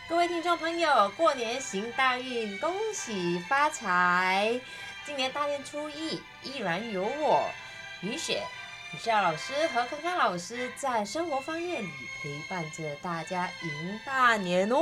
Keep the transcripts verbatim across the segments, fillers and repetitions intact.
各位听众朋友，过年行大运，恭喜发财！今年大年初一，依然有我于雪、雨笑老师和康康老师在生活方面里陪伴着大家迎大年哦。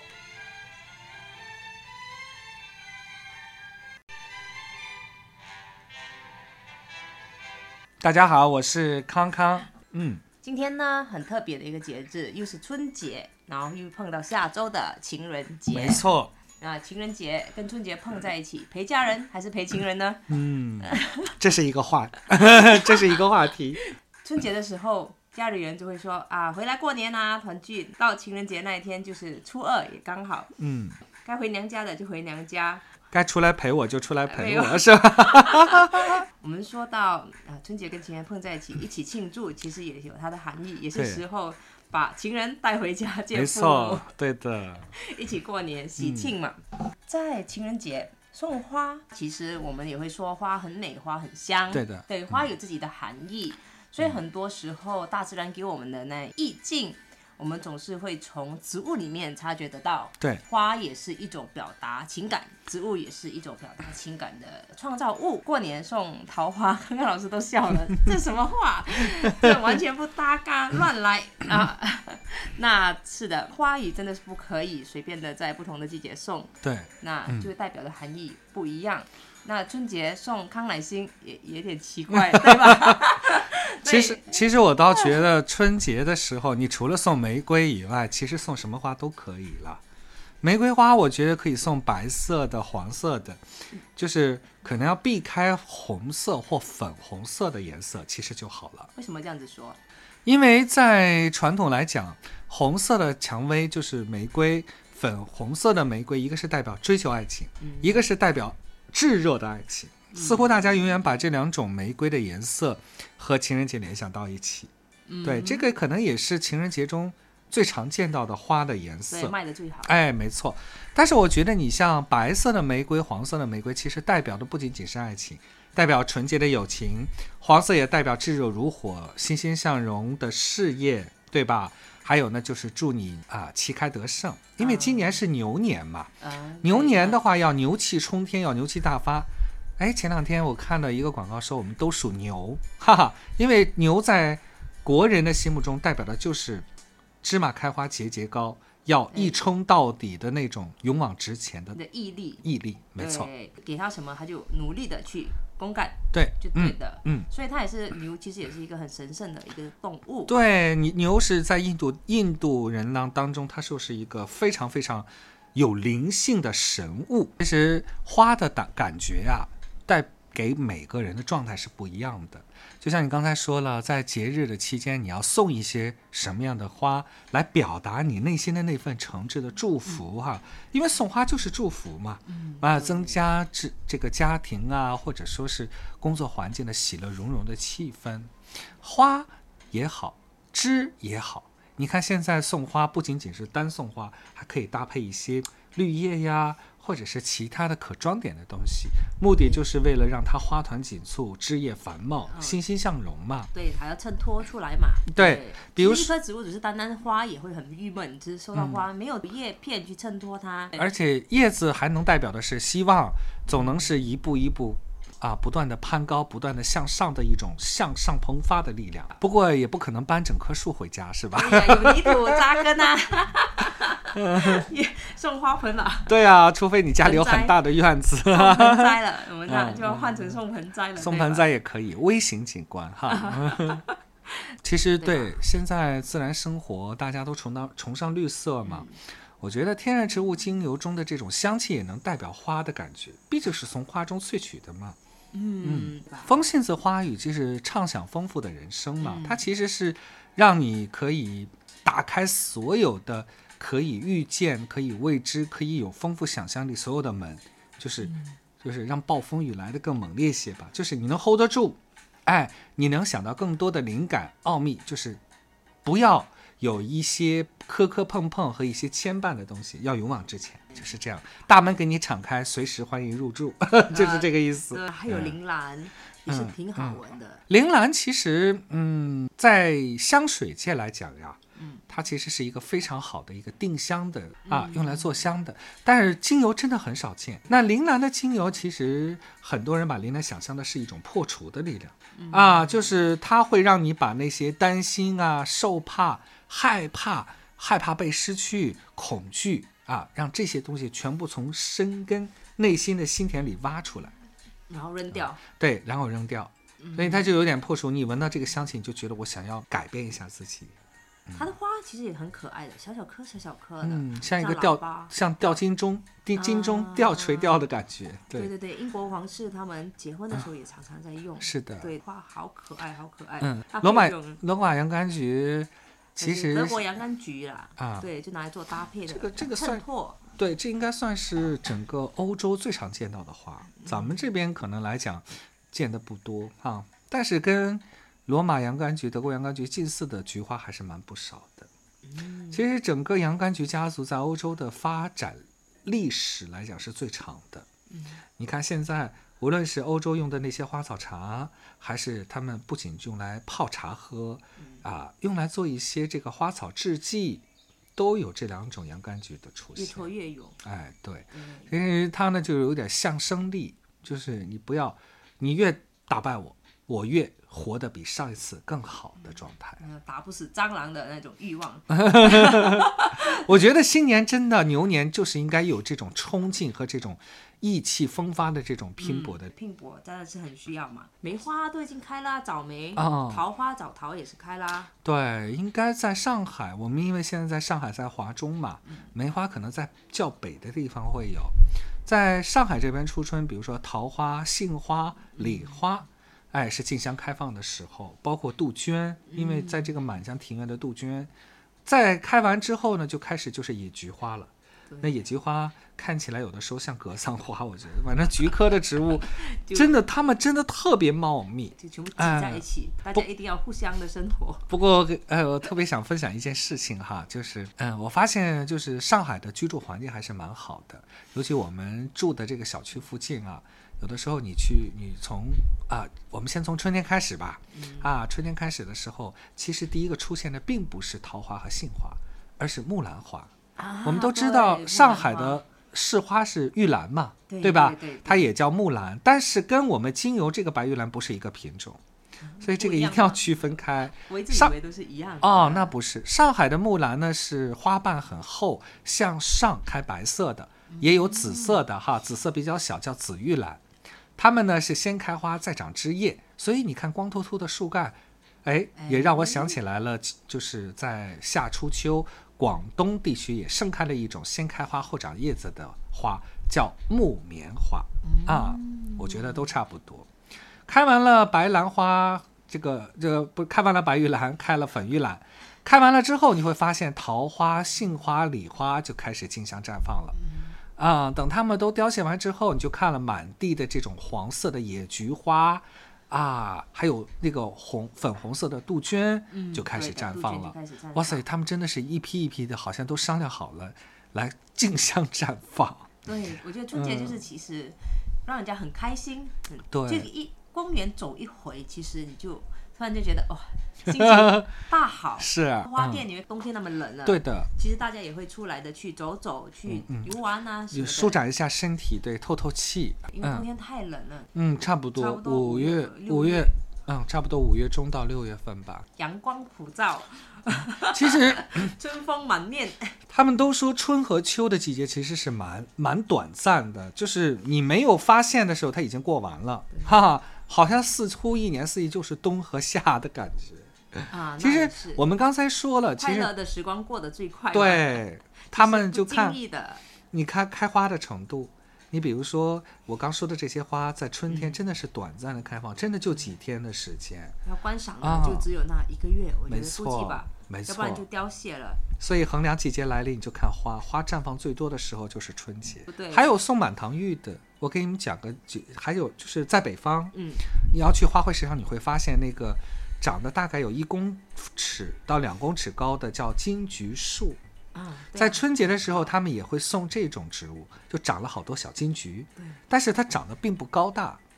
大家好，我是康康。嗯， 今天呢，很特别的一个节日，又是春节，然后又碰到下周的情人节。 没错。 啊，情人节跟春节碰在一起，陪家人还是陪情人呢？ 嗯，这是一个话，这是一个话题。 春节的时候，家里人就会说啊，回来过年啊，团聚。到情人节那一天，就是初二，也刚好。 嗯， 该回娘家的就回娘家， 该出来陪我就出来陪我，是吧？ 我们说到啊，春节跟情人碰在一起，一起庆祝，其实也有它的含义，也是时候把情人带回家见父母。 没错，对的， 一起过年喜庆嘛。嗯、在情人节送花，其实我们也会说花很美，花很香。 对的， 对，花有自己的含义，嗯、所以很多时候大自然给我们的那意境，我们总是会从植物里面察觉得到。对，花也是一种表达情感，植物也是一种表达情感的创造物。过年送桃花，刚刚老师都笑了，这什么话？这完全不搭嘎，乱来啊！那是的，花语真的是不可以随便的在不同的季节送。 对， 那就代表的含义不一样。嗯、那春节送康乃馨也也有点奇怪，对吧？ 其实，其实我倒觉得春节的时候，你除了送玫瑰以外，其实送什么花都可以了。玫瑰花，我觉得可以送白色的、黄色的，就是可能要避开红色或粉红色的颜色，其实就好了。 为什么这样子说？ 因为在传统来讲，红色的蔷薇就是玫瑰，粉红色的玫瑰，一个是代表追求爱情，嗯、一个是代表炙热的爱情。似乎大家永远把这两种玫瑰的颜色和情人节联想到一起。嗯、对，这个可能也是情人节中最常见到的花的颜色， 对，卖的最好。 哎，没错。但是我觉得你像白色的玫瑰、黄色的玫瑰，其实代表的不仅仅是爱情，代表纯洁的友情。黄色也代表炙热如火、欣欣向荣的事业，对吧？还有呢，就是祝你啊旗开得胜，因为今年是牛年嘛。嗯、牛年的话要牛气冲天，要牛气大发。哎，前两天我看到一个广告说我们都属牛，哈哈，因为牛在国人的心目中代表的就是芝麻开花节节高，要一冲到底的那种勇往直前的毅力， 毅力，没错。 给他什么他就努力的去公干， 对， 就对的， 嗯，嗯所以它也是牛，其实也是一个很神圣的一个动物。 对，牛是在印度印度人当当中，它就是一个非常非常有灵性的神物。其实花的感觉啊，带给每个人的状态是不一样的。就像你刚才说了，在节日的期间，你要送一些什么样的花来表达你内心的那份诚挚的祝福哈、啊？因为送花就是祝福嘛，嗯，啊，增加这这个家庭啊，或者说是工作环境的喜乐融融的气氛。花也好，枝也好，你看现在送花不仅仅是单送花，还可以搭配一些绿叶呀，或者是其他的可装点的东西，目的就是为了让它花团锦簇、枝叶繁茂、嗯、欣欣向荣嘛。 对，还要衬托出来嘛。 对， 对比如一棵植物只是单单花也会很郁闷，只是收到花、嗯、没有叶片去衬托它。 而且叶子还能代表的是希望，总能是一步一步啊，不断的攀高，不断的向上的一种向上膨发的力量。不过也不可能搬整棵树回家，是吧？ 对呀，有泥土扎根啊。送花盆了， 对啊，除非你家里有很大的院子， 送盆栽了，我们那就要换成送盆栽了。 送盆栽也可以，微型景观哈。其实 对, 对现在自然生活大家都崇尚崇尚绿色嘛、嗯，我觉得天然植物精油中的这种香气也能代表花的感觉，毕竟是从花中萃取的嘛。嗯，嗯风信子花语就是畅想丰富的人生嘛、嗯，它其实是让你可以打开所有的可以预见、可以未知、可以有丰富想象力所有的门，就是、嗯、就是让暴风雨来得更猛烈些吧，就是你能 hold 得住，哎，你能想到更多的灵感奥秘，就是不要有一些磕磕碰碰和一些牵绊的东西，要勇往直前，就是这样，大门给你敞开，随时欢迎入住，就是这个意思。 呃、还有铃兰、嗯、也是挺好闻的。 铃兰其实，嗯，在香水界来讲呀，嗯， 它其实是一个非常好的一个定香的啊，用来做香的。但是精油真的很少见。那铃兰的精油，其实很多人把铃兰想象的是一种破除的力量、嗯、啊，就是它会让你把那些担心啊、受怕、害怕、害怕被失去、恐惧啊，让这些东西全部从深根内心的心田里挖出来， 然后扔掉、 嗯、对，然后扔掉。所以它就有点破除，你闻到这个香气，你就觉得我想要改变一下自己。 嗯、它的花其实也很可爱的，小小颗小小颗的， 嗯，像一个吊像吊金钟、金钟吊垂吊的感觉。 啊、对对对，英国皇室他们结婚的时候也常常在用。啊、 是的， 对，花好可爱，好可爱。 嗯，罗马罗马洋甘菊其实德国洋甘菊啦， 啊， 对，就拿来做搭配的。 这个这个算拓。 对，这应该算是整个欧洲最常见到的花，嗯、咱们这边可能来讲。见的不多啊，但是跟罗马洋甘菊、德国洋甘菊近似的菊花还是蛮不少的。嗯、其实整个洋甘菊家族在欧洲的发展历史来讲是最长的。嗯、你看现在无论是欧洲用的那些花草茶，还是他们不仅用来泡茶喝、嗯、啊，用来做一些这个花草制剂，都有这两种洋甘菊的出现。 越挫越勇。 哎，对，其实它呢就有点象征力，就是你不要。你越打败我，我越活得比上一次更好的状态。 嗯，打不死蟑螂的那种欲望。 我觉得新年真的牛年就是应该有这种冲劲和这种意气风发的这种拼搏的、 嗯、拼搏真的是很需要嘛。梅花都已经开啦，早梅、哦、桃花早桃也是开啦。 对，应该在上海，我们因为现在在上海在华中嘛，梅花可能在较北的地方会有。在上海这边初春，比如说桃花、杏花、李花，哎，是竞相开放的时候，包括杜鹃，因为在这个满江庭院的杜鹃，在开完之后呢，就开始就是野菊花了。那野菊花看起来有的时候像格桑花，我觉得反正菊科的植物真的它们真的特别茂密， 就全部挤在一起、呃、大家一定要互相的生活。 不过呃，我特别想分享一件事情哈，就是嗯，我发现就是上海的居住环境还是蛮好的，尤其我们住的这个小区附近啊，有的时候你去你从啊，我们先从春天开始吧、嗯、啊，春天开始的时候，其实第一个出现的并不是桃花和杏花，而是木兰花。啊、我们都知道上海的市花是玉兰嘛， 对, 对吧？对对对对，它也叫木兰，但是跟我们精油这个白玉兰不是一个品种、嗯、所以这个一定要区分开。 我一直以为都是一样的。 哦，那不是，上海的木兰呢是花瓣很厚，向上开白色的，也有紫色的、嗯、哈，紫色比较小叫紫玉兰。它们呢是先开花再长枝叶，所以你看光秃秃的树干，哎，也让我想起来了，就是在夏初秋广东地区也盛开了一种先开花后长叶子的花，叫木棉花、嗯、啊，我觉得都差不多。开完了白兰花，这个这个不开完了白玉兰，开了粉玉兰，开完了之后，你会发现桃花、杏花、李花就开始竞相绽放了、嗯、啊。等它们都凋谢完之后，你就看了满地的这种黄色的野菊花。啊，还有那个红粉红色的杜鹃就开始绽放了、嗯、哇塞，他们真的是一批一批的，好像都商量好了来竞相绽放。 对，我觉得春节就是其实让人家很开心、嗯、 对， 就一公园走一回，其实你就突然就觉得哇、哦，心情大好。 是啊， 花店因为冬天那么冷了， 对的， 其实大家也会出来的去走走，去游玩啊， 嗯嗯、舒展一下身体，对，透透气。 因为冬天太冷了。 嗯，差不多五月五月，嗯，差不多五月中到六月份吧。 阳光普照， 其实春风满面。 他们都说春和秋的季节其实是蛮蛮短暂的，就是你没有发现的时候，它已经过完了，哈哈。好像似乎一年四季就是冬和夏的感觉啊。 其实我们刚才说了，其实快乐的时光过得最快。 对，他们就看你看开花的程度。你比如说我刚说的这些花，在春天真的是短暂的开放，嗯、真的就几天的时间。 要观赏的就只有那一个月，哦、我觉得估计吧， 没错， 要不然就凋谢了。 所以衡量季节来临，你就看花，花绽放最多的时候就是春节。对，还有送满堂玉的。我给你们讲个，还有就是在北方，嗯，你要去花卉市场，你会发现那个长得大概有一公尺到两公尺高的叫金桔树，啊，在春节的时候，他们也会送这种植物，就长了好多小金桔，但是它长得并不高大。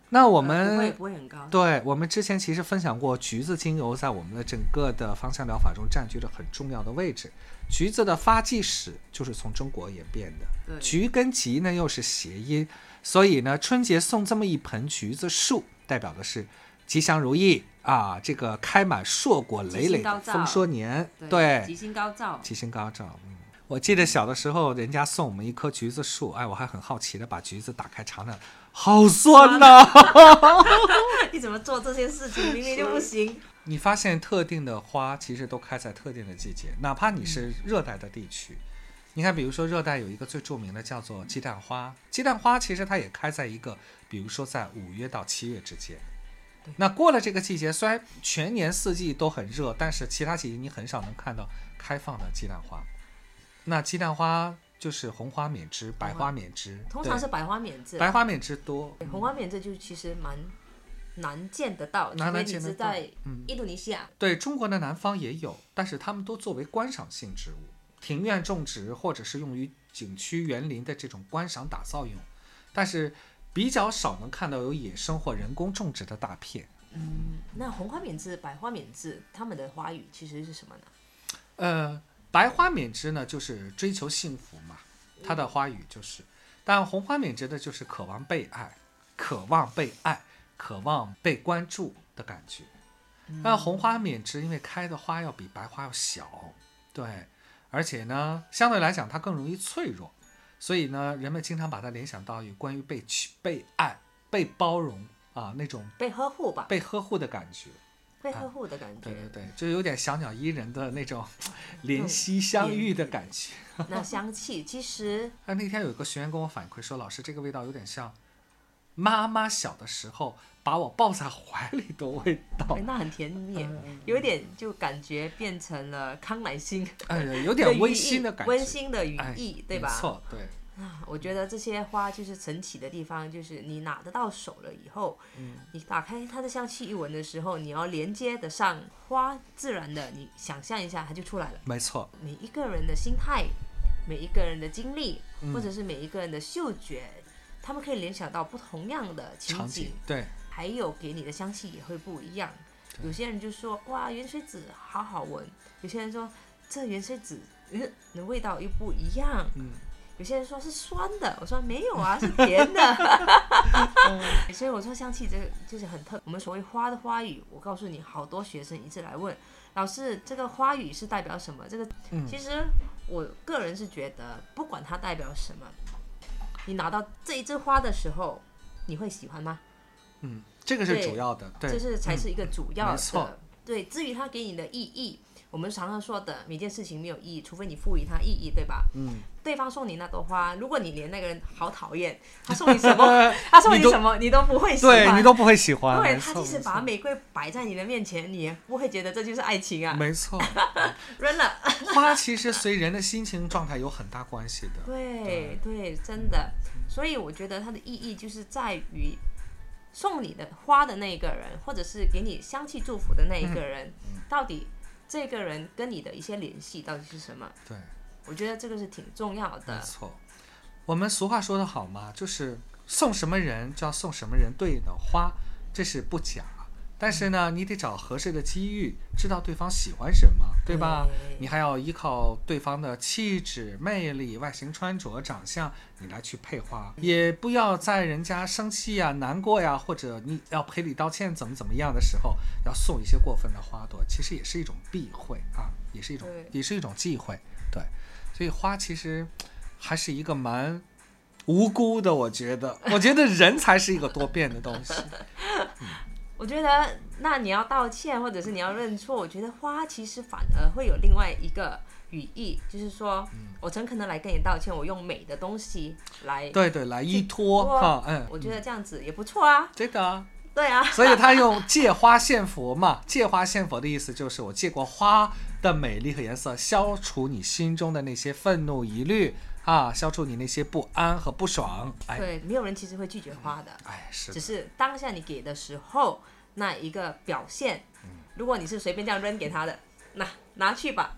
那我们、 呃、不会不会很高。 对，我们之前其实分享过，橘子精油在我们的整个的芳香疗法中占据着很重要的位置。橘子的发迹史就是从中国演变的，橘跟吉呢又是谐音，所以呢春节送这么一盆橘子树，代表的是吉祥如意啊，这个开满硕果累累的丰硕年，对， 吉星高照， 吉星高照。嗯，我记得小的时候，人家送我们一棵橘子树，哎，我还很好奇的把橘子打开尝尝，好酸呐、啊！ 你怎么做这件事情？明明就不行。 你发现特定的花其实都开在特定的季节，哪怕你是热带的地区。嗯，你看，比如说热带有一个最著名的叫做鸡蛋花，鸡蛋花其实它也开在一个，比如说在五月到七月之间。那过了这个季节，虽然全年四季都很热，但是其他季节你很少能看到开放的鸡蛋花。那鸡蛋花就是红花缅栀、白花缅栀， 通常是白花缅栀， 白花缅栀多， 红花缅栀就其实蛮难见得到，除非你是在印度尼西亚、嗯。 对，中国的南方也有，但是他们都作为观赏性植物，庭院种植或者是用于景区园林的这种观赏打造用，但是比较少能看到有野生或人工种植的大片。 嗯，那红花缅栀、白花缅栀，它们的花语其实是什么呢？ 呃，白花缅栀呢，就是追求幸福嘛，它的花语就是；但红花缅栀的就是渴望被爱，渴望被爱。渴望被关注的感觉。那红花缅栀因为开的花要比白花要小，对，而且呢相对来讲它更容易脆弱，所以呢人们经常把它联想到有关于被被爱、被包容啊那种被呵护吧， 被呵护的感觉， 被呵护的感觉、 啊、对对对，就有点小鸟依人的那种怜惜相遇的感觉。 那香气其实那天有一个学员跟我反馈说，老师这个味道有点像妈妈小的时候把我抱在怀里的味道， 那很甜蜜，有点就感觉变成了康乃馨， 哎，有点温馨的感觉， 温馨的语意， 哎、 对吧？ 没错，对。 啊，我觉得这些花就是神奇的地方，就是你拿得到手了以后，嗯，你打开它的香气一闻的时候，你要连接得上花，自然的你想象一下它就出来了。 没错， 每一个人的心态，每一个人的经历，嗯、或者是每一个人的嗅觉，他们可以联想到不同样的情景， 景对， 还有给你的香气也会不一样。有些人就说哇，芫荽籽好好闻，有些人说这芫荽籽嗯的味道又不一样，嗯。有些人说是酸的，我说没有啊，是甜的。嗯、所以我说香气这个就是很特。我们所谓花的花语，我告诉你，好多学生一直来问老师，这个花语是代表什么？这个、嗯、其实我个人是觉得，不管它代表什么，你拿到这一枝花的时候，你会喜欢吗？ 嗯，这个是主要的，对， 这是才是一个主要的。 嗯、没错， 对。至于它给你的意义。我们常常说的每件事情没有意义，除非你赋予它意义，对吧？嗯。对方送你那朵花，如果你连那个人好讨厌，他送你什么，他送你什么，你都不会喜欢， 对你都不会喜欢。 对，他即使把玫瑰摆在你的面前，你也不会觉得这就是爱情啊。 没错。 扔了。 花其实随人的心情状态有很大关系的。 对 对, 对，真的。所以我觉得它的意义就是在于送你的花的那个人，或者是给你香气祝福的那一个人，嗯、到底。这个人跟你的一些联系到底是什么？ 对， 我觉得这个是挺重要的。 没错，我们俗话说得好嘛，就是送什么人就要送什么人对应的花，这是不假。但是呢，你得找合适的机遇，知道对方喜欢什么，对吧？对，你还要依靠对方的气质、魅力、外形穿着、长相，你来去配花。也不要在人家生气呀、难过呀，或者你要赔礼道歉怎么怎么样的时候，要送一些过分的花朵，其实也是一种避讳啊，也是一种也是一种忌讳。对，所以花其实还是一个蛮无辜的，我觉得，我觉得人才是一个多变的东西。嗯， 我觉得那你要道歉或者是你要认错，我觉得花其实反而会有另外一个语义，就是说、嗯、我诚恳的来跟你道歉，我用美的东西来对对来依托哈，嗯， 我觉得这样子也不错啊。 这个啊， 对啊， 所以他用借花献佛嘛，借花献佛的意思就是我借过花的美丽和颜色，消除你心中的那些愤怒疑虑啊，消除你那些不安和不爽。哎， 对，没有人其实会拒绝花的， 哎，是的， 只是当下你给的时候那一个表现。如果你是随便这样扔给他的，那拿去吧，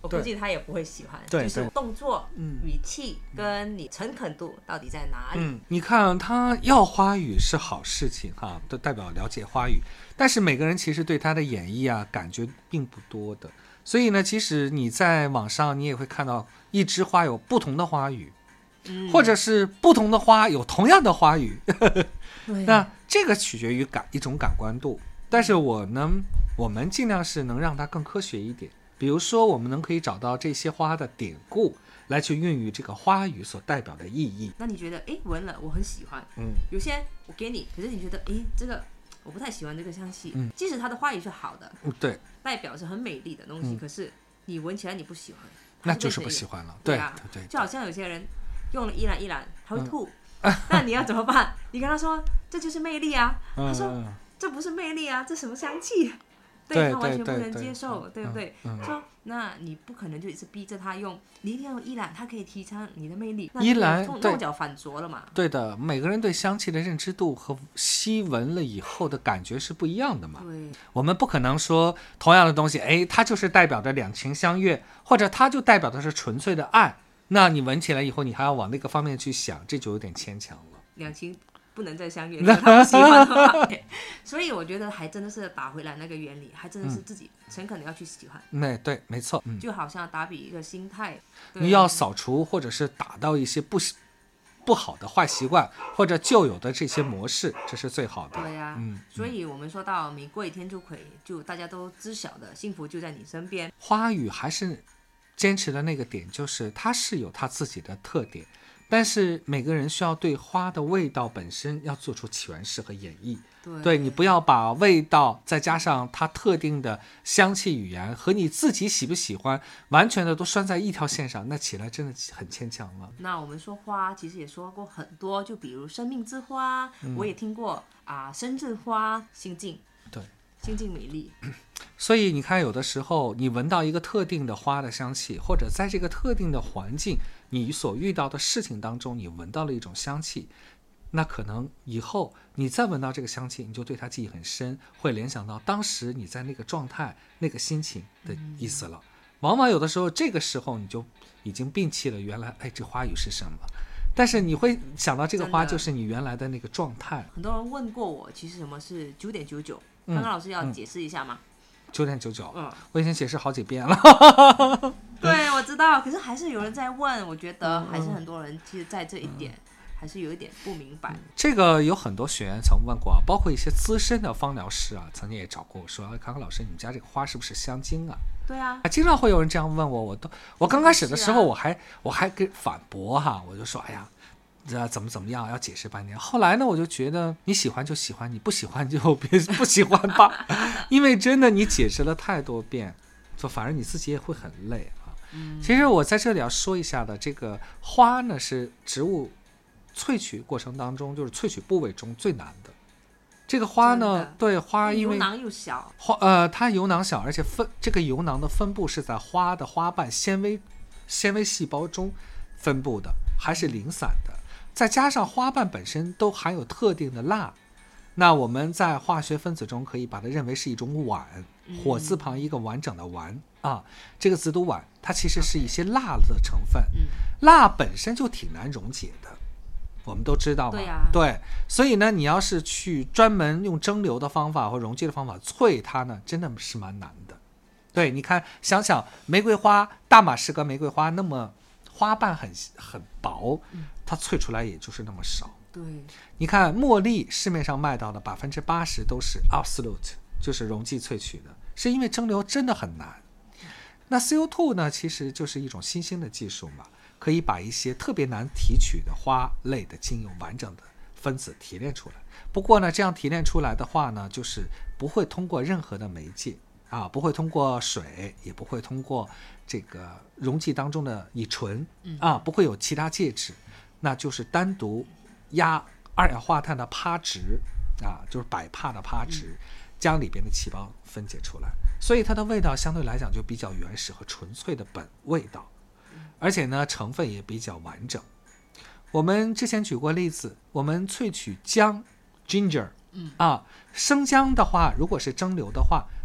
我估计他也不会喜欢。 对， 就是动作、嗯、语气跟你诚恳度到底在哪里？ 嗯，你看他要花语是好事情哈，都代表了解花语，但是每个人其实对他的演绎啊感觉并不多的。所以呢，其实你在网上你也会看到一枝花有不同的花语，嗯、或者是不同的花有同样的花语。那这个取决于感一种感官度，但是我呢，我们尽量是能让它更科学一点。比如说，我们能可以找到这些花的典故，来去孕育这个花语所代表的意义。 那你觉得，哎，闻了我很喜欢，嗯，有些我给你，可是你觉得，哎，这个我不太喜欢这个香气，嗯，即使它的花语是好的， 嗯，对， 代表是很美丽的东西，嗯、可是你闻起来你不喜欢， 那就是不喜欢了，对啊，对 对, 对， 就好像有些人用了依兰依兰，他会吐，嗯、那你要怎么办？你跟他说这就是魅力啊，嗯、他说、嗯、这不是魅力啊，这什么香气？对，他完全不能接受， 对, 对, 对, 对不对、嗯嗯、说那你不可能就一直逼着他用，你一定要用依兰，它可以提倡你的魅力， 依兰弄巧反拙了嘛。 对的，每个人对香气的认知度和吸闻了以后的感觉是不一样的嘛。 对， 我们不可能说同样的东西，哎，它就是代表着两情相悦，或者它就代表的是纯粹的爱，那你闻起来以后你还要往那个方面去想，这就有点牵强了。 两情不能再相约，他不喜欢的话，所以我觉得还真的是打回来那个原理，还真的是自己诚恳的要去喜欢。 嗯，对，没错， 嗯、就好像打比一个心态， 你要扫除或者是打到一些不不好的坏习惯或者旧有的这些模式，这是最好的。 对呀、啊，嗯，所以我们说到玫瑰、天竺葵，就大家都知晓的幸福就在你身边。 花语还是坚持的那个点，就是它是有它自己的特点。但是每个人需要对花的味道本身要做出诠释和演绎， 对, 对你不要把味道再加上它特定的香气语言和你自己喜不喜欢完全的都拴在一条线上，那起来真的很牵强了。 那我们说花其实也说过很多，就比如生命之花、嗯、我也听过啊，生日花、心境， 对， 心境美丽。 所以你看，有的时候你闻到一个特定的花的香气，或者在这个特定的环境你所遇到的事情当中你闻到了一种香气，那可能以后你再闻到这个香气，你就对它记忆很深，会联想到当时你在那个状态那个心情的意思了、嗯、往往有的时候这个时候你就已经摒弃了原来哎这花语是什么，但是你会想到这个花就是你原来的那个状态。 很多人问过我其实什么是九点九九，刚刚老师要解释一下吗？ 九点九九，嗯，我已经解释好几遍了。 对，我知道，可是还是有人在问，我觉得还是很多人其实在这一点、嗯、还是有一点不明白。 这个有很多学员曾问过，包括一些资深的芳疗师啊，曾经也找过我说，康康老师，你们家这个花是不是香精啊？ 对啊， 经常会有人这样问我，我都我刚开始的时候我还、啊、我还给反驳哈，我就说，哎呀。这怎么怎么样要解释半天，后来呢我就觉得你喜欢就喜欢，你不喜欢就别不喜欢吧。因为真的你解释了太多遍，就反而你自己也会很累啊、嗯、其实我在这里要说一下的，这个花呢是植物萃取过程当中就是萃取部位中最难的。这个花呢，对花因为油囊又小， 花呃它油囊小，而且分这个油囊的分布是在花的花瓣纤维纤维细胞中分布的，还是零散的，再加上花瓣本身都含有特定的蜡，那我们在化学分子中可以把它认为是一种烷，火字旁一个完整的烷啊，这个紫毒烷它其实是一些蜡的成分，蜡本身就挺难溶解的，我们都知道嘛， 对啊， 对，所以呢你要是去专门用蒸馏的方法或溶解的方法萃它呢，真的是蛮难的。对，你看想想玫瑰花，大马士革玫瑰花那么花瓣很很薄，它萃出来也就是那么少。 对， 你看茉莉市面上卖到的百分之八十都是 absolute， 就是溶剂萃取的，是因为蒸馏真的很难。那 C O 二 呢，其实就是一种新兴的技术嘛，可以把一些特别难提取的花类的精油完整的分子提炼出来。不过呢，这样提炼出来的话呢，就是不会通过任何的媒介啊，不会通过水，也不会通过这个溶剂当中的乙醇啊，不会有其他介质，那就是单独压二氧化碳的帕值啊，就是百帕的帕值，将里边的细胞分解出来，所以它的味道相对来讲就比较原始和纯粹的本味道，而且呢成分也比较完整。我们之前举过例子，我们萃取姜 ginger 啊，生姜的话如果是蒸馏的话，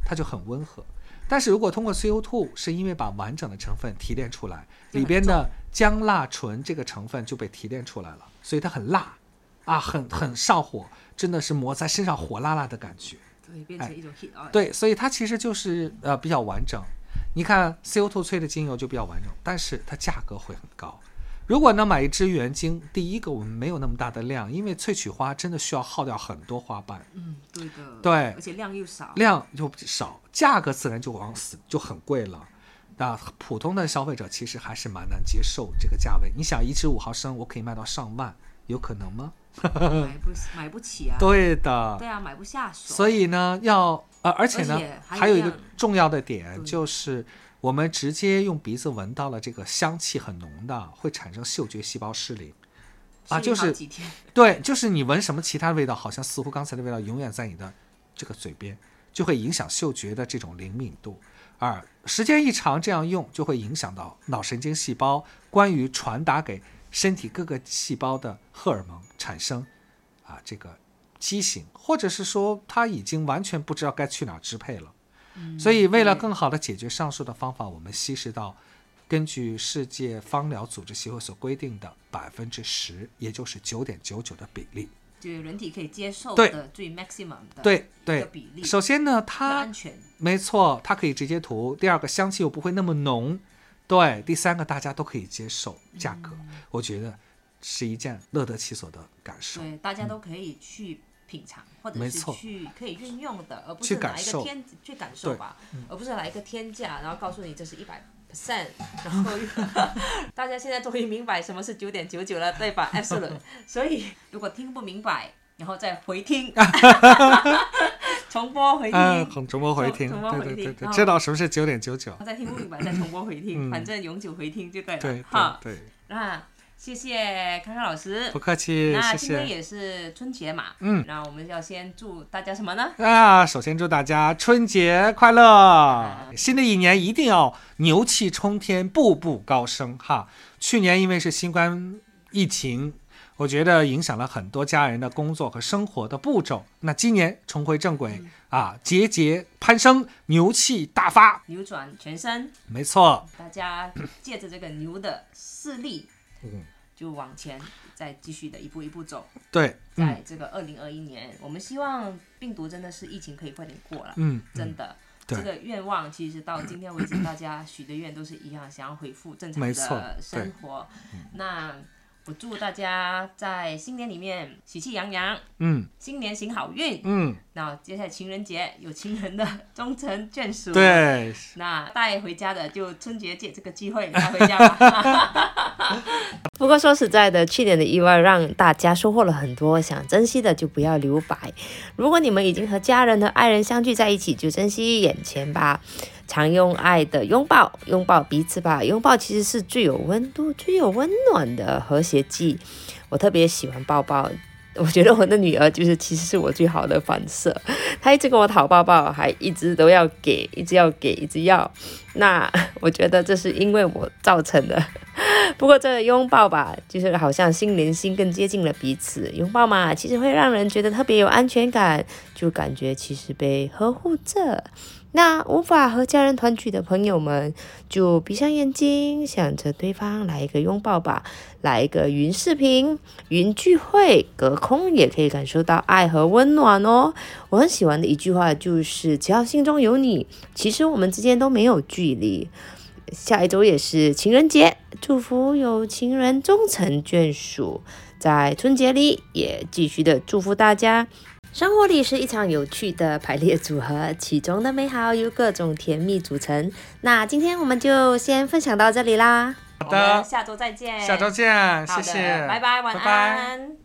它就很温和。但是如果通过 C O 二 是因为把完整的成分提炼出来，里边的姜辣醇这个成分就被提炼出来了，所以它很辣啊，很很上火，真的是抹在身上火辣辣的感觉。 对，变成一种 heat oil、哎。 对，所以它其实就是呃比较完整。你看 C O 二 萃的精油就比较完整，但是它价格会很高。如果呢买一支原精，第一个我们没有那么大的量，因为萃取花真的需要耗掉很多花瓣。 嗯，对的。 对， 而且量又少， 量又少，价格自然就往死就很贵了。那普通的消费者其实还是蛮难接受这个价位。你想，一支五毫升我可以卖到上万，有可能吗？ 买不买不起啊。 对的。 对啊，买不下手。 所以呢，要呃，而且呢， 而且还有还有一个重要的点就是。我们直接用鼻子闻到了这个香气很浓的，会产生嗅觉细胞失灵啊，就是对，就是你闻什么其他的味道，好像似乎刚才的味道永远在你的这个嘴边，就会影响嗅觉的这种灵敏度。而时间一长，这样用就会影响到脑神经细胞关于传达给身体各个细胞的荷尔蒙产生啊这个畸形，或者是说它已经完全不知道该去哪儿支配了。所以为了更好的解决上述的方法，我们稀释到根据世界芳疗组织协会所规定的百分之十，也就是九点九九的比例， 就是人体可以接受的最 maximum 的对对比例。 首先呢，它安全， 没错，它可以直接涂。第二个，香气又不会那么浓。对，第三个，大家都可以接受。价格，嗯、我觉得是一件乐得其所的感受。 对，大家都可以去品尝，嗯、或者是去可以运用的，而不是拿一个天去感受吧，嗯、而不是来一个天价，然后告诉你这是一百 percent， 然后大家现在终于明白什么是九点九九了，对吧 ？Absolute。所以如果听不明白，然后再回听，重播回听， 嗯，重播回听，对对对对，知道什么是九点九九， 再听不明白再重播回听，嗯、反正永久回听就对了。 对哈， 对对。 那谢谢康康老师， 不客气。 那今天也是春节嘛，嗯，那我们要先祝大家什么呢？ 啊，首先祝大家春节快乐，啊、新的一年一定要牛气冲天，步步高升哈。去年因为是新冠疫情，我觉得影响了很多家人的工作和生活的步骤。那今年重回正轨、嗯、啊，节节攀升，牛气大发， 扭转全身。 没错， 大家借着这个牛的势力。嗯，就往前再继续的一步一步走。 对， 嗯、在这个二零二一年，我们希望病毒真的是疫情可以快点过了。嗯，真的，这个愿望其实到今天为止，大家许的愿都是一样，想要恢复正常的生活。那我祝大家在新年里面喜气洋洋，嗯，新年行好运，嗯，那接下来情人节有情人的终成眷属， 对， 那带回家的就春节借这个机会带回家吧。不过说实在的，去年的意外让大家收获了很多，想珍惜的就不要留白。如果你们已经和家人和爱人相聚在一起，就珍惜眼前吧。常用爱的拥抱，拥抱彼此吧。拥抱其实是最有温度、最有温暖的和谐剂。我特别喜欢抱抱，我觉得我的女儿就是其实是我最好的反射。她一直跟我讨抱抱，还一直都要给，一直要给，一直要。那我觉得这是因为我造成的。不过这个拥抱吧，就是好像心连心，更接近了彼此。拥抱嘛，其实会让人觉得特别有安全感，就感觉其实被呵护着。那无法和家人团聚的朋友们，就闭上眼睛，想着对方，来一个拥抱吧，来一个云视频、云聚会，隔空也可以感受到爱和温暖哦。我很喜欢的一句话就是，只要心中有你，其实我们之间都没有距离。下一周也是情人节，祝福有情人终成眷属。在春节里也继续的祝福大家，生活里是一场有趣的排列组合，其中的美好由各种甜蜜组成。那今天我们就先分享到这里啦， 好的， 下周再见， 下周见，谢谢， 拜拜，晚安。拜拜。